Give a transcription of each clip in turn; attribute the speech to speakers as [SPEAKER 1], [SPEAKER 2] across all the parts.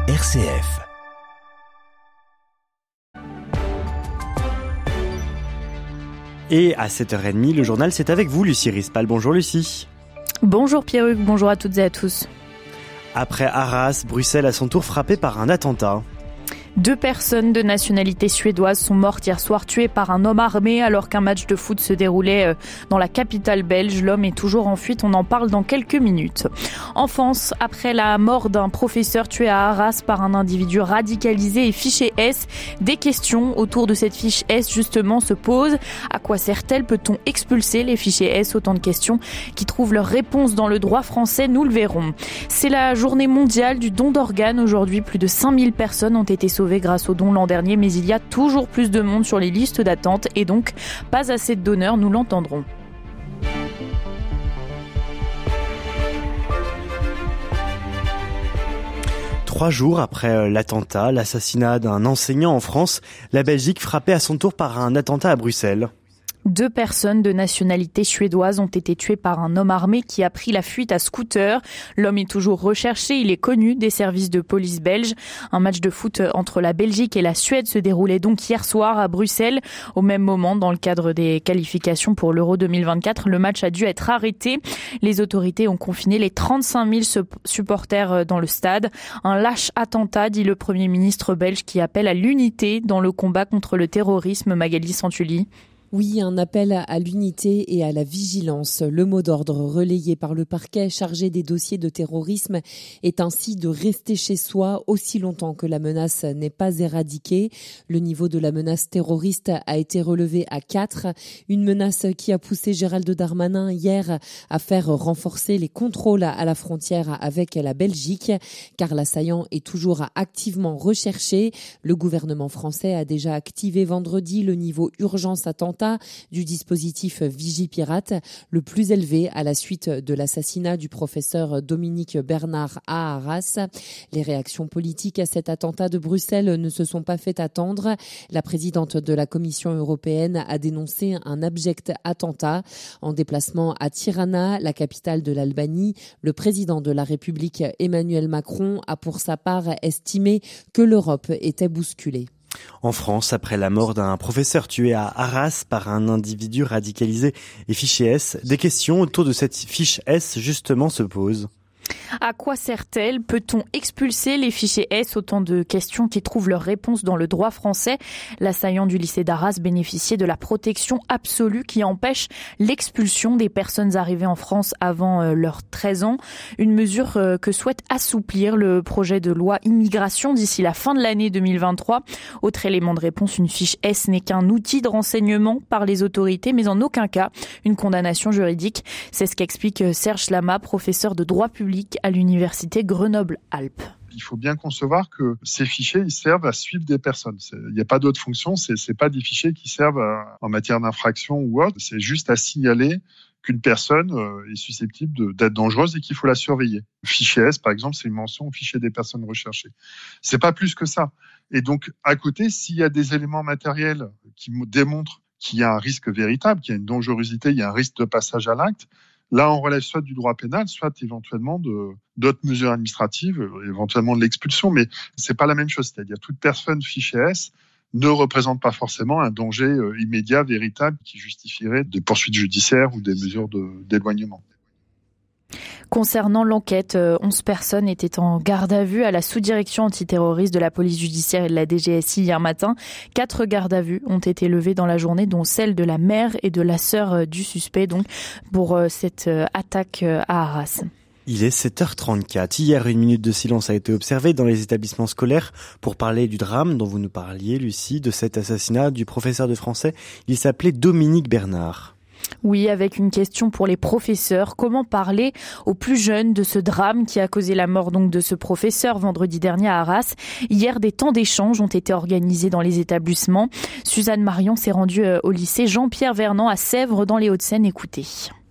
[SPEAKER 1] RCF. Et à 7h30, le journal, c'est avec vous, Lucie Rispal. Bonjour Lucie.
[SPEAKER 2] Bonjour Pierruc, bonjour à toutes et à tous.
[SPEAKER 1] Après Arras, Bruxelles à son tour frappée par un attentat.
[SPEAKER 2] 2 personnes de nationalité suédoise sont mortes hier soir tuées par un homme armé alors qu'un match de foot se déroulait dans la capitale belge. L'homme est toujours en fuite, on en parle dans quelques minutes. En France, après la mort d'un professeur tué à Arras par un individu radicalisé et fiché S, des questions autour de cette fiche S justement se posent. À quoi sert-elle? Peut-on expulser les fichiers S? Autant de questions qui trouvent leur réponse dans le droit français, nous le verrons. C'est la journée mondiale du don d'organes. Aujourd'hui, plus de 5000 personnes ont été sauvées grâce au don l'an dernier, mais il y a toujours plus de monde sur les listes d'attente et donc pas assez de donneurs, nous l'entendrons.
[SPEAKER 1] Trois jours après l'attentat, l'assassinat d'un enseignant en France, la Belgique frappée à son tour par un attentat à Bruxelles.
[SPEAKER 2] 2 personnes de nationalité suédoise ont été tuées par un homme armé qui a pris la fuite à scooter. L'homme est toujours recherché, il est connu des services de police belges. Un match de foot entre la Belgique et la Suède se déroulait donc hier soir à Bruxelles. Au même moment, dans le cadre des qualifications pour l'Euro 2024, le match a dû être arrêté. Les autorités ont confiné les 35 000 supporters dans le stade. Un lâche attentat, dit le Premier ministre belge, qui appelle à l'unité dans le combat contre le terrorisme. Magali Santulli.
[SPEAKER 3] Oui, un appel à l'unité et à la vigilance. Le mot d'ordre relayé par le parquet chargé des dossiers de terrorisme est ainsi de rester chez soi aussi longtemps que la menace n'est pas éradiquée. Le niveau de la menace terroriste a été relevé à 4. Une menace qui a poussé Gérald Darmanin hier à faire renforcer les contrôles à la frontière avec la Belgique, car l'assaillant est toujours activement recherché. Le gouvernement français a déjà activé vendredi le niveau urgence attentat du dispositif Vigipirate, le plus élevé à la suite de l'assassinat du professeur Dominique Bernard à Arras. Les réactions politiques à cet attentat de Bruxelles ne se sont pas fait attendre. La présidente de la Commission européenne a dénoncé un abject attentat. En déplacement à Tirana, la capitale de l'Albanie, le président de la République Emmanuel Macron a pour sa part estimé que l'Europe était bousculée.
[SPEAKER 1] En France, après la mort d'un professeur tué à Arras par un individu radicalisé et fiché S, des questions autour de cette fiche S justement se posent.
[SPEAKER 2] À quoi sert-elle? Peut-on expulser les fichiers S? Autant de questions qui trouvent leur réponse dans le droit français. L'assaillant du lycée d'Arras bénéficiait de la protection absolue qui empêche l'expulsion des personnes arrivées en France avant leurs 13 ans. Une mesure que souhaite assouplir le projet de loi immigration d'ici la fin de l'année 2023. Autre élément de réponse, une fiche S n'est qu'un outil de renseignement par les autorités, mais en aucun cas une condamnation juridique. C'est ce qu'explique Serge Lama, professeur de droit public à l'université Grenoble-Alpes.
[SPEAKER 4] Il faut bien concevoir que ces fichiers, ils servent à suivre des personnes. Il n'y a pas d'autre fonction, c'est pas des fichiers qui servent en matière d'infraction ou autre. C'est juste à signaler qu'une personne est susceptible d'être dangereuse et qu'il faut la surveiller. Le fichier S, par exemple, c'est une mention au fichier des personnes recherchées. C'est pas plus que ça. Et donc, à côté, s'il y a des éléments matériels qui démontrent qu'il y a un risque véritable, qu'il y a une dangerosité, il y a un risque de passage à l'acte, là, on relève soit du droit pénal, soit éventuellement d'autres mesures administratives, éventuellement de l'expulsion, mais c'est pas la même chose. C'est-à-dire toute personne fichée S ne représente pas forcément un danger immédiat, véritable, qui justifierait des poursuites judiciaires ou des mesures d'éloignement.
[SPEAKER 2] Concernant l'enquête, 11 personnes étaient en garde à vue à la sous-direction antiterroriste de la police judiciaire et de la DGSI hier matin. 4 gardes à vue ont été levées dans la journée, dont celle de la mère et de la sœur du suspect, donc pour cette attaque à Arras.
[SPEAKER 1] Il est 7h34. Hier, une minute de silence a été observée dans les établissements scolaires pour parler du drame dont vous nous parliez, Lucie, de cet assassinat du professeur de français. Il s'appelait Dominique Bernard.
[SPEAKER 2] Oui, avec une question pour les professeurs. Comment parler aux plus jeunes de ce drame qui a causé la mort donc de ce professeur vendredi dernier à Arras? Hier, des temps d'échange ont été organisés dans les établissements. Suzanne Marion s'est rendue au lycée Jean-Pierre Vernant à Sèvres dans les Hauts-de-Seine. Écoutez.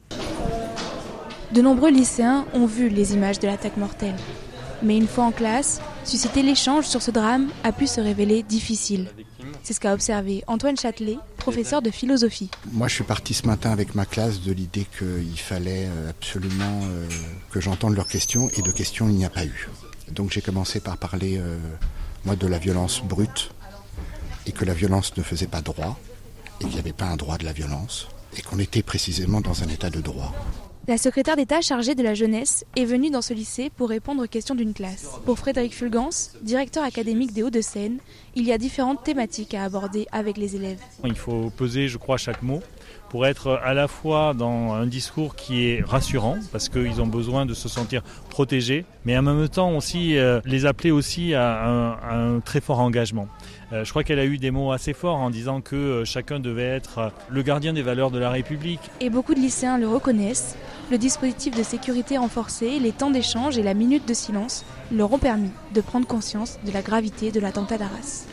[SPEAKER 5] De nombreux lycéens ont vu les images de l'attaque mortelle. Mais une fois en classe, susciter l'échange sur ce drame a pu se révéler difficile. C'est ce qu'a observé Antoine Châtelet, professeur de philosophie.
[SPEAKER 6] Moi, je suis parti ce matin avec ma classe de l'idée qu'il fallait absolument que j'entende leurs questions, et de questions, il n'y a pas eu. Donc j'ai commencé par parler moi de la violence brute et que la violence ne faisait pas droit et qu'il n'y avait pas un droit de la violence et qu'on était précisément dans un état de droit.
[SPEAKER 5] La secrétaire d'État chargée de la jeunesse est venue dans ce lycée pour répondre aux questions d'une classe. Pour Frédéric Fulgence, directeur académique des Hauts-de-Seine, il y a différentes thématiques à aborder avec les élèves.
[SPEAKER 7] Il faut peser, je crois, chaque mot pour être à la fois dans un discours qui est rassurant, parce qu'ils ont besoin de se sentir protégés, mais en même temps aussi les appeler aussi à un très fort engagement. Je crois qu'elle a eu des mots assez forts en disant que chacun devait être le gardien des valeurs de la République.
[SPEAKER 5] Et beaucoup de lycéens le reconnaissent. Le dispositif de sécurité renforcé, les temps d'échange et la minute de silence leur ont permis de prendre conscience de la gravité de l'attentat d'Arras.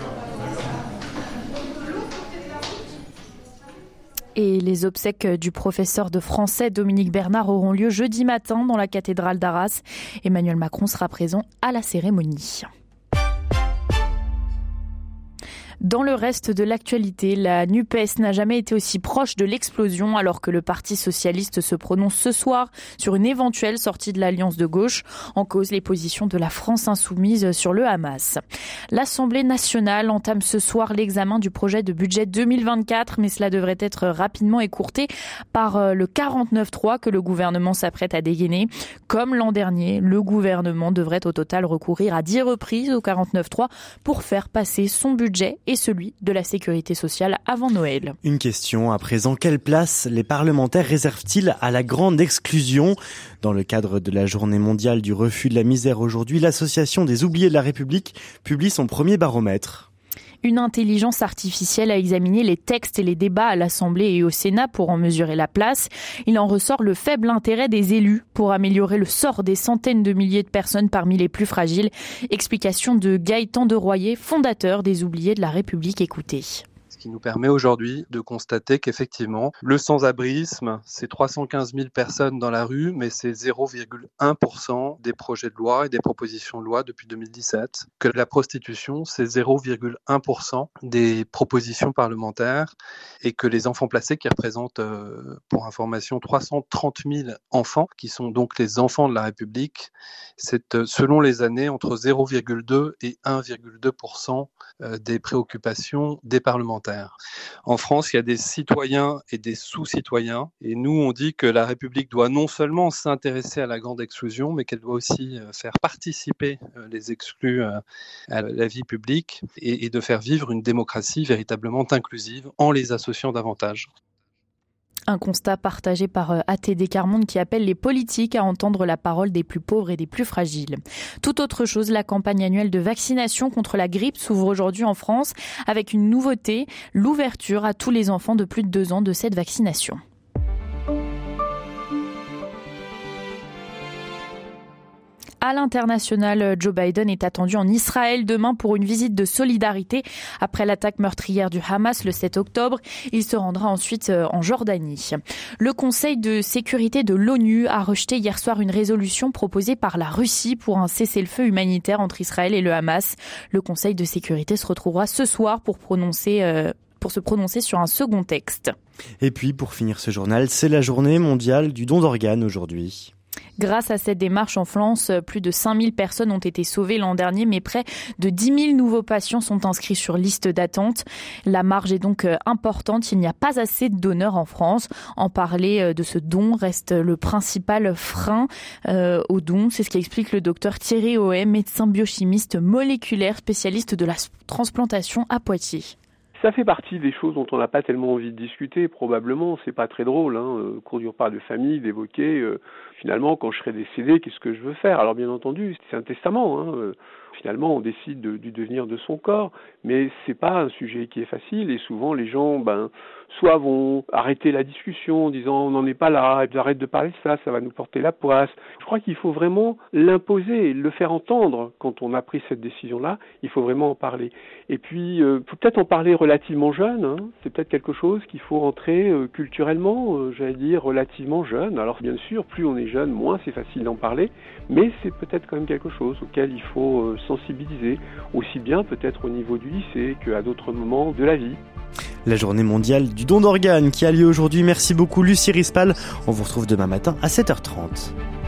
[SPEAKER 2] Et les obsèques du professeur de français Dominique Bernard auront lieu jeudi matin dans la cathédrale d'Arras. Emmanuel Macron sera présent à la cérémonie. Dans le reste de l'actualité, la NUPES n'a jamais été aussi proche de l'explosion alors que le Parti socialiste se prononce ce soir sur une éventuelle sortie de l'alliance de gauche, en cause les positions de la France insoumise sur le Hamas. L'Assemblée nationale entame ce soir l'examen du projet de budget 2024, mais cela devrait être rapidement écourté par le 49.3 que le gouvernement s'apprête à dégainer. Comme l'an dernier, le gouvernement devrait au total recourir à 10 reprises au 49.3 pour faire passer son budget et celui de la sécurité sociale avant Noël.
[SPEAKER 1] Une question à présent, quelle place les parlementaires réservent-ils à la grande exclusion ? Dans le cadre de la journée mondiale du refus de la misère aujourd'hui, l'association des oubliés de la République publie son premier baromètre.
[SPEAKER 2] Une intelligence artificielle a examiné les textes et les débats à l'Assemblée et au Sénat pour en mesurer la place. Il en ressort le faible intérêt des élus pour améliorer le sort des centaines de milliers de personnes parmi les plus fragiles. Explication de Gaëtan de Royer, fondateur des Oubliés de la République. Écoutez.
[SPEAKER 8] Ce qui nous permet aujourd'hui de constater qu'effectivement, le sans-abrisme, c'est 315 000 personnes dans la rue, mais c'est 0,1% des projets de loi et des propositions de loi depuis 2017. Que la prostitution, c'est 0,1% des propositions parlementaires et que les enfants placés, qui représentent, pour information, 330 000 enfants, qui sont donc les enfants de la République, c'est selon les années entre 0,2 et 1,2% des préoccupations des parlementaires. En France, il y a des citoyens et des sous-citoyens. Et nous, on dit que la République doit non seulement s'intéresser à la grande exclusion, mais qu'elle doit aussi faire participer les exclus à la vie publique et de faire vivre une démocratie véritablement inclusive en les associant davantage.
[SPEAKER 2] Un constat partagé par ATD Carmonde qui appelle les politiques à entendre la parole des plus pauvres et des plus fragiles. Tout autre chose, la campagne annuelle de vaccination contre la grippe s'ouvre aujourd'hui en France avec une nouveauté, l'ouverture à tous les enfants de plus de 2 ans de cette vaccination. À l'international, Joe Biden est attendu en Israël demain pour une visite de solidarité. Après l'attaque meurtrière du Hamas le 7 octobre, il se rendra ensuite en Jordanie. Le Conseil de sécurité de l'ONU a rejeté hier soir une résolution proposée par la Russie pour un cessez-le-feu humanitaire entre Israël et le Hamas. Le Conseil de sécurité se retrouvera ce soir pour se prononcer sur un second texte.
[SPEAKER 1] Et puis, pour finir ce journal, c'est la journée mondiale du don d'organes aujourd'hui.
[SPEAKER 2] Grâce à cette démarche en France, plus de 5000 personnes ont été sauvées l'an dernier, mais près de 10 000 nouveaux patients sont inscrits sur liste d'attente. La marge est donc importante. Il n'y a pas assez de donneurs en France. En parler de ce don reste le principal frein au don. C'est ce qu'explique le docteur Thierry Ohem, médecin biochimiste moléculaire, spécialiste de la transplantation à Poitiers.
[SPEAKER 9] Ça fait partie des choses dont on n'a pas tellement envie de discuter, probablement. C'est pas très drôle, cours du repas de famille, d'évoquer, finalement, quand je serai décédé, qu'est-ce que je veux faire ? Alors, bien entendu, c'est un testament, Finalement, on décide du devenir de son corps, mais c'est pas un sujet qui est facile, et souvent, les gens, soit vont arrêter la discussion en disant on n'en est pas là, et puis arrête de parler de ça, ça va nous porter la poisse. Je crois qu'il faut vraiment l'imposer, le faire entendre. Quand on a pris cette décision-là, il faut vraiment en parler. Et puis, faut peut-être en parler relativement jeune, c'est peut-être quelque chose qu'il faut rentrer culturellement, relativement jeune. Alors bien sûr, plus on est jeune, moins c'est facile d'en parler, mais c'est peut-être quand même quelque chose auquel il faut sensibiliser, aussi bien peut-être au niveau du lycée qu'à d'autres moments de la vie.
[SPEAKER 1] La journée mondiale du don d'organes qui a lieu aujourd'hui. Merci beaucoup Lucie Rispal. On vous retrouve demain matin à 7h30.